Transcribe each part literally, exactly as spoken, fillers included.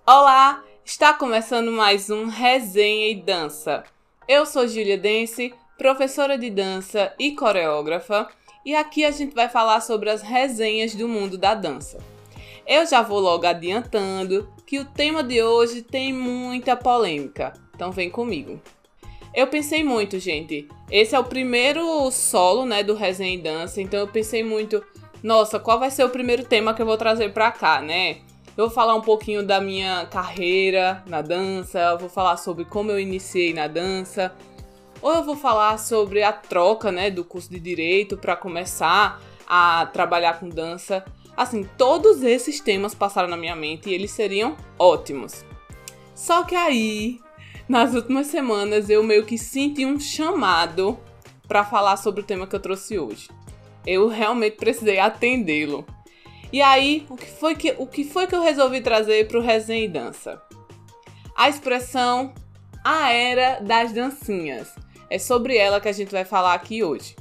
Olá, está começando mais um Resenha e Dança. Eu sou Júlia Dense, professora de dança e coreógrafa, e aqui a gente vai falar sobre as resenhas do mundo da dança. Eu já vou logo adiantando que o tema de hoje tem muita polêmica, então vem comigo. Eu pensei muito, gente. Esse é o primeiro solo, né, do Resenha e Dança, então eu pensei muito, nossa, qual vai ser o primeiro tema que eu vou trazer pra cá, né? Eu vou falar um pouquinho da minha carreira na dança, eu vou falar sobre como eu iniciei na dança, ou eu vou falar sobre a troca, né, do curso de Direito para começar a trabalhar com dança. Assim, todos esses temas passaram na minha mente e eles seriam ótimos. Só que aí, nas últimas semanas, eu meio que senti um chamado para falar sobre o tema que eu trouxe hoje. Eu realmente precisei atendê-lo. E aí, o que foi que, o que foi que eu resolvi trazer para o Resenha e Dança? A expressão a era das dancinhas. É sobre ela que a gente vai falar aqui hoje.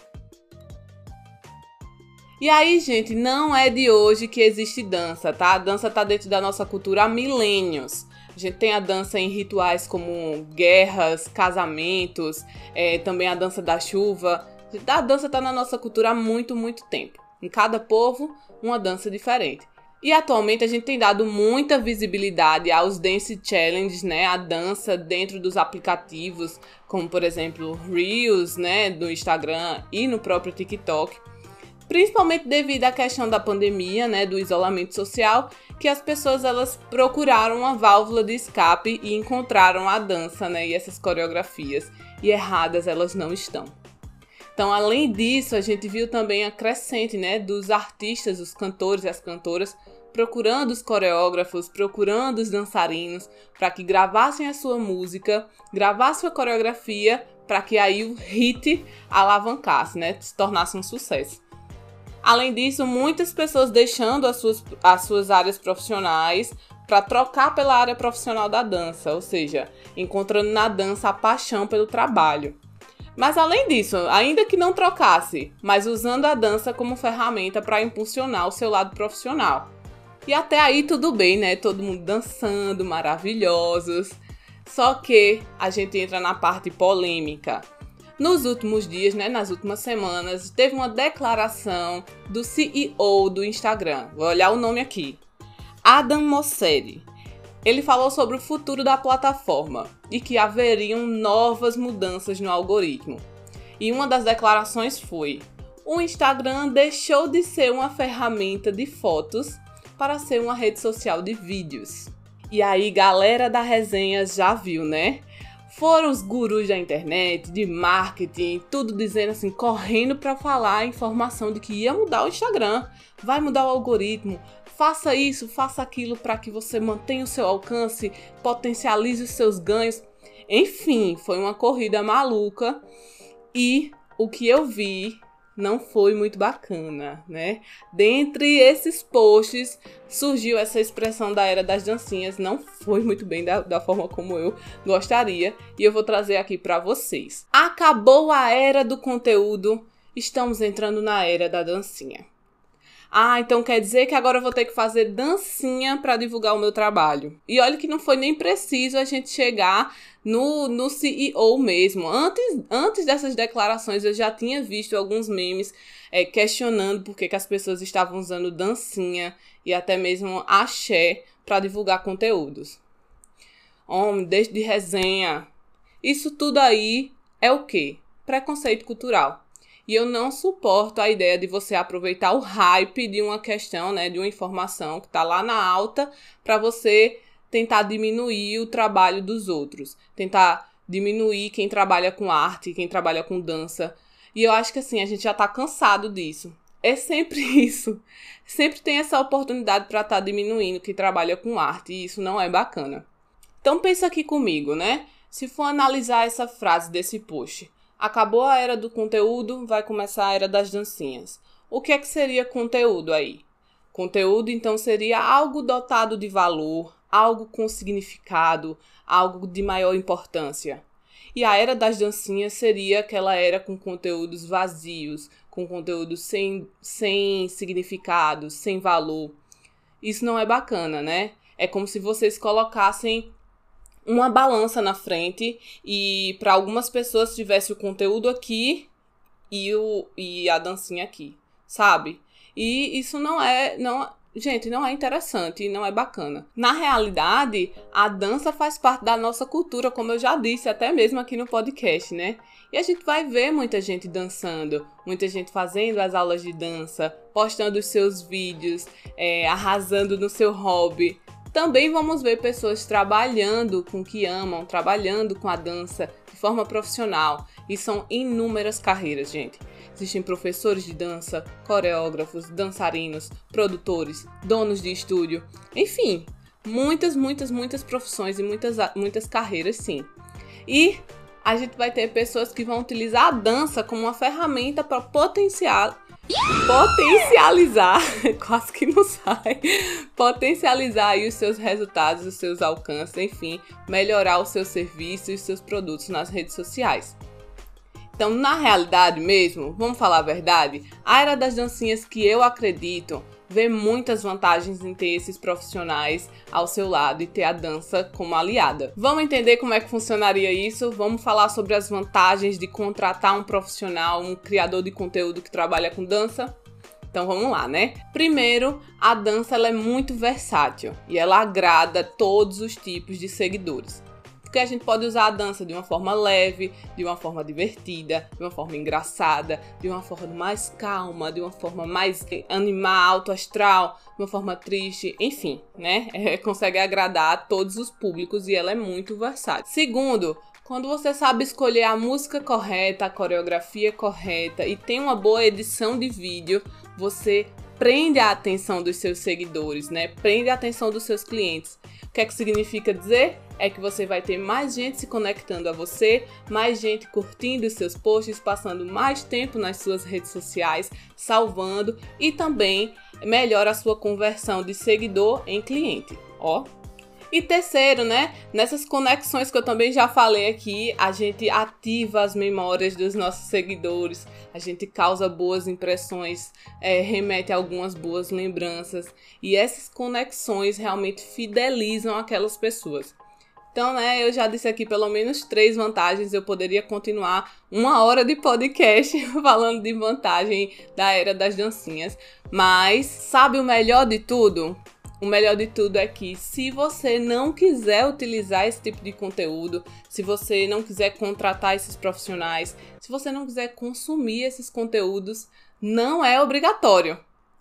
E aí, gente, não é de hoje que existe dança, tá? A dança tá dentro da nossa cultura há milênios. A gente tem a dança em rituais como guerras, casamentos, é, também a dança da chuva. A dança tá na nossa cultura há muito, muito tempo. Em cada povo, uma dança diferente. E atualmente a gente tem dado muita visibilidade aos Dance Challenges, né? A dança dentro dos aplicativos, como por exemplo Reels, né? Do Instagram e no próprio TikTok. Principalmente devido à questão da pandemia, né? Do isolamento social, que as pessoas elas procuraram uma válvula de escape e encontraram a dança, né? E essas coreografias. E erradas elas não estão. Então, além disso, a gente viu também a crescente, né, dos artistas, os cantores e as cantoras, procurando os coreógrafos, procurando os dançarinos, para que gravassem a sua música, gravassem a coreografia, para que aí o hit alavancasse, né, se tornasse um sucesso. Além disso, muitas pessoas deixando as suas, as suas áreas profissionais para trocar pela área profissional da dança, ou seja, encontrando na dança a paixão pelo trabalho. Mas além disso, ainda que não trocasse, mas usando a dança como ferramenta para impulsionar o seu lado profissional. E até aí tudo bem, né? Todo mundo dançando, maravilhosos. Só que a gente entra na parte polêmica. Nos últimos dias, né, nas últimas semanas, teve uma declaração do C E O do Instagram. Vou olhar o nome aqui. Adam Mosseri. Ele falou sobre o futuro da plataforma e que haveriam novas mudanças no algoritmo. E uma das declarações foi: o Instagram deixou de ser uma ferramenta de fotos para ser uma rede social de vídeos. E aí, galera da resenha já viu, né? Foram os gurus da internet, de marketing, tudo dizendo assim, correndo para falar a informação de que ia mudar o Instagram, vai mudar o algoritmo. Faça isso, faça aquilo para que você mantenha o seu alcance, potencialize os seus ganhos. Enfim, foi uma corrida maluca e o que eu vi não foi muito bacana, né? Dentre esses posts surgiu essa expressão da era das dancinhas, não foi muito bem da, da forma como eu gostaria e eu vou trazer aqui para vocês. Acabou a era do conteúdo, estamos entrando na era da dancinha. Ah, então quer dizer que agora eu vou ter que fazer dancinha para divulgar o meu trabalho. E olha que não foi nem preciso a gente chegar no, no C E O mesmo. Antes, antes dessas declarações eu já tinha visto alguns memes é, questionando por que, que as pessoas estavam usando dancinha e até mesmo axé para divulgar conteúdos. Homem, deixa de resenha. Isso tudo aí é o quê? Preconceito cultural. E eu não suporto a ideia de você aproveitar o hype de uma questão, né, de uma informação que está lá na alta para você tentar diminuir o trabalho dos outros. Tentar diminuir quem trabalha com arte, quem trabalha com dança. E eu acho que assim, a gente já está cansado disso. É sempre isso. Sempre tem essa oportunidade para estar tá diminuindo quem trabalha com arte e isso não é bacana. Então pensa aqui comigo, né? Se for analisar essa frase desse post. Acabou a era do conteúdo, vai começar a era das dancinhas. O que é que seria conteúdo aí? Conteúdo, então, seria algo dotado de valor, algo com significado, algo de maior importância. E a era das dancinhas seria aquela era com conteúdos vazios, com conteúdos sem, sem significado, sem valor. Isso não é bacana, né? É como se vocês colocassem uma balança na frente e para algumas pessoas tivesse o conteúdo aqui e, o, e a dancinha aqui, sabe? E isso não é... Não, gente, não é interessante e não é bacana. Na realidade, a dança faz parte da nossa cultura, como eu já disse, até mesmo aqui no podcast, né? E a gente vai ver muita gente dançando, muita gente fazendo as aulas de dança, postando os seus vídeos, é, arrasando no seu hobby. Também vamos ver pessoas trabalhando com o que amam, trabalhando com a dança de forma profissional. E são inúmeras carreiras, gente. Existem professores de dança, coreógrafos, dançarinos, produtores, donos de estúdio, enfim, muitas, muitas, muitas profissões e muitas, muitas carreiras, sim. E a gente vai ter pessoas que vão utilizar a dança como uma ferramenta para potenciar, potencializar, quase que não sai, potencializar aí os seus resultados, os seus alcances, enfim, melhorar o seu serviço e os seus produtos nas redes sociais. Então, na realidade mesmo, vamos falar a verdade, a era das dancinhas que eu acredito vê muitas vantagens em ter esses profissionais ao seu lado e ter a dança como aliada. Vamos entender como é que funcionaria isso? Vamos falar sobre as vantagens de contratar um profissional, um criador de conteúdo que trabalha com dança? Então vamos lá, né? Primeiro, a dança ela é muito versátil e ela agrada todos os tipos de seguidores. Porque a gente pode usar a dança de uma forma leve, de uma forma divertida, de uma forma engraçada, de uma forma mais calma, de uma forma mais animar, alto astral, de uma forma triste, enfim, né? É, consegue agradar a todos os públicos e ela é muito versátil. Segundo, quando você sabe escolher a música correta, a coreografia correta e tem uma boa edição de vídeo, você prende a atenção dos seus seguidores, né? Prende a atenção dos seus clientes. O que é que significa dizer? É que você vai ter mais gente se conectando a você, mais gente curtindo os seus posts, passando mais tempo nas suas redes sociais, salvando e também melhora a sua conversão de seguidor em cliente, ó. E terceiro, né, nessas conexões que eu também já falei aqui, a gente ativa as memórias dos nossos seguidores, a gente causa boas impressões, é, remete a algumas boas lembranças e essas conexões realmente fidelizam aquelas pessoas. Então, né, eu já disse aqui pelo menos três vantagens, eu poderia continuar uma hora de podcast falando de vantagem da era das dancinhas, mas sabe o melhor de tudo? O melhor de tudo é que se você não quiser utilizar esse tipo de conteúdo, se você não quiser contratar esses profissionais, se você não quiser consumir esses conteúdos, não é obrigatório.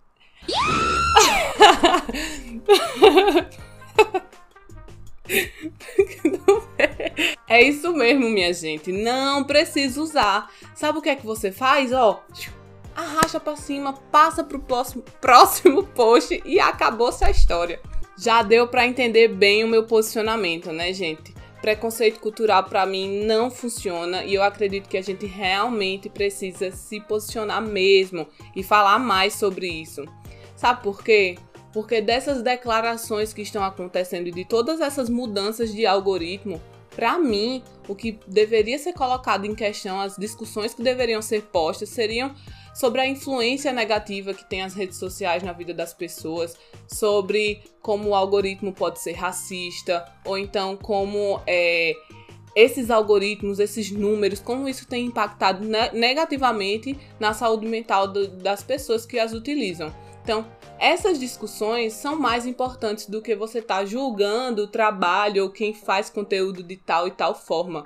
É isso mesmo, minha gente. Não precisa usar. Sabe o que é que você faz? Ó, arrasta pra cima, passa pro próximo, próximo post e acabou-se a história. Já deu pra entender bem o meu posicionamento, né, gente? Preconceito cultural pra mim não funciona e eu acredito que a gente realmente precisa se posicionar mesmo e falar mais sobre isso. Sabe por quê? Porque dessas declarações que estão acontecendo e de todas essas mudanças de algoritmo, para mim, o que deveria ser colocado em questão, as discussões que deveriam ser postas, seriam sobre a influência negativa que tem as redes sociais na vida das pessoas, sobre como o algoritmo pode ser racista, ou então como é, esses algoritmos, esses números, como isso tem impactado ne- negativamente na saúde mental do, das pessoas que as utilizam. Então, essas discussões são mais importantes do que você estar tá julgando o trabalho ou quem faz conteúdo de tal e tal forma.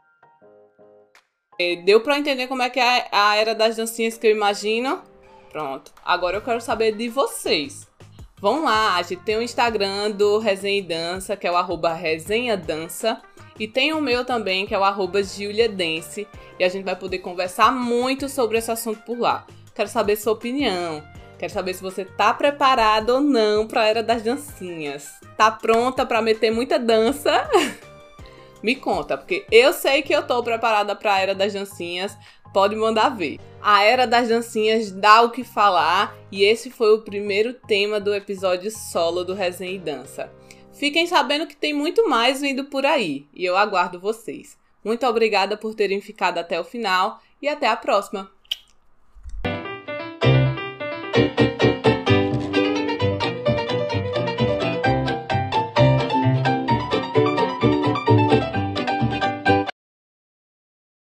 Deu pra entender como é que é a era das dancinhas que eu imagino? Pronto. Agora eu quero saber de vocês. Vão lá, a gente tem o Instagram do Resenha e Dança, que é o arroba Resenha Dança. E tem o meu também, que é o arroba Giulia Dance. E a gente vai poder conversar muito sobre esse assunto por lá. Quero saber sua opinião. Quero saber se você tá preparado ou não para a era das dancinhas. Tá pronta para meter muita dança? Me conta, porque eu sei que eu tô preparada para a era das dancinhas. Pode mandar ver. A era das dancinhas dá o que falar e esse foi o primeiro tema do episódio solo do Resenha e Dança. Fiquem sabendo que tem muito mais vindo por aí e eu aguardo vocês. Muito obrigada por terem ficado até o final e até a próxima!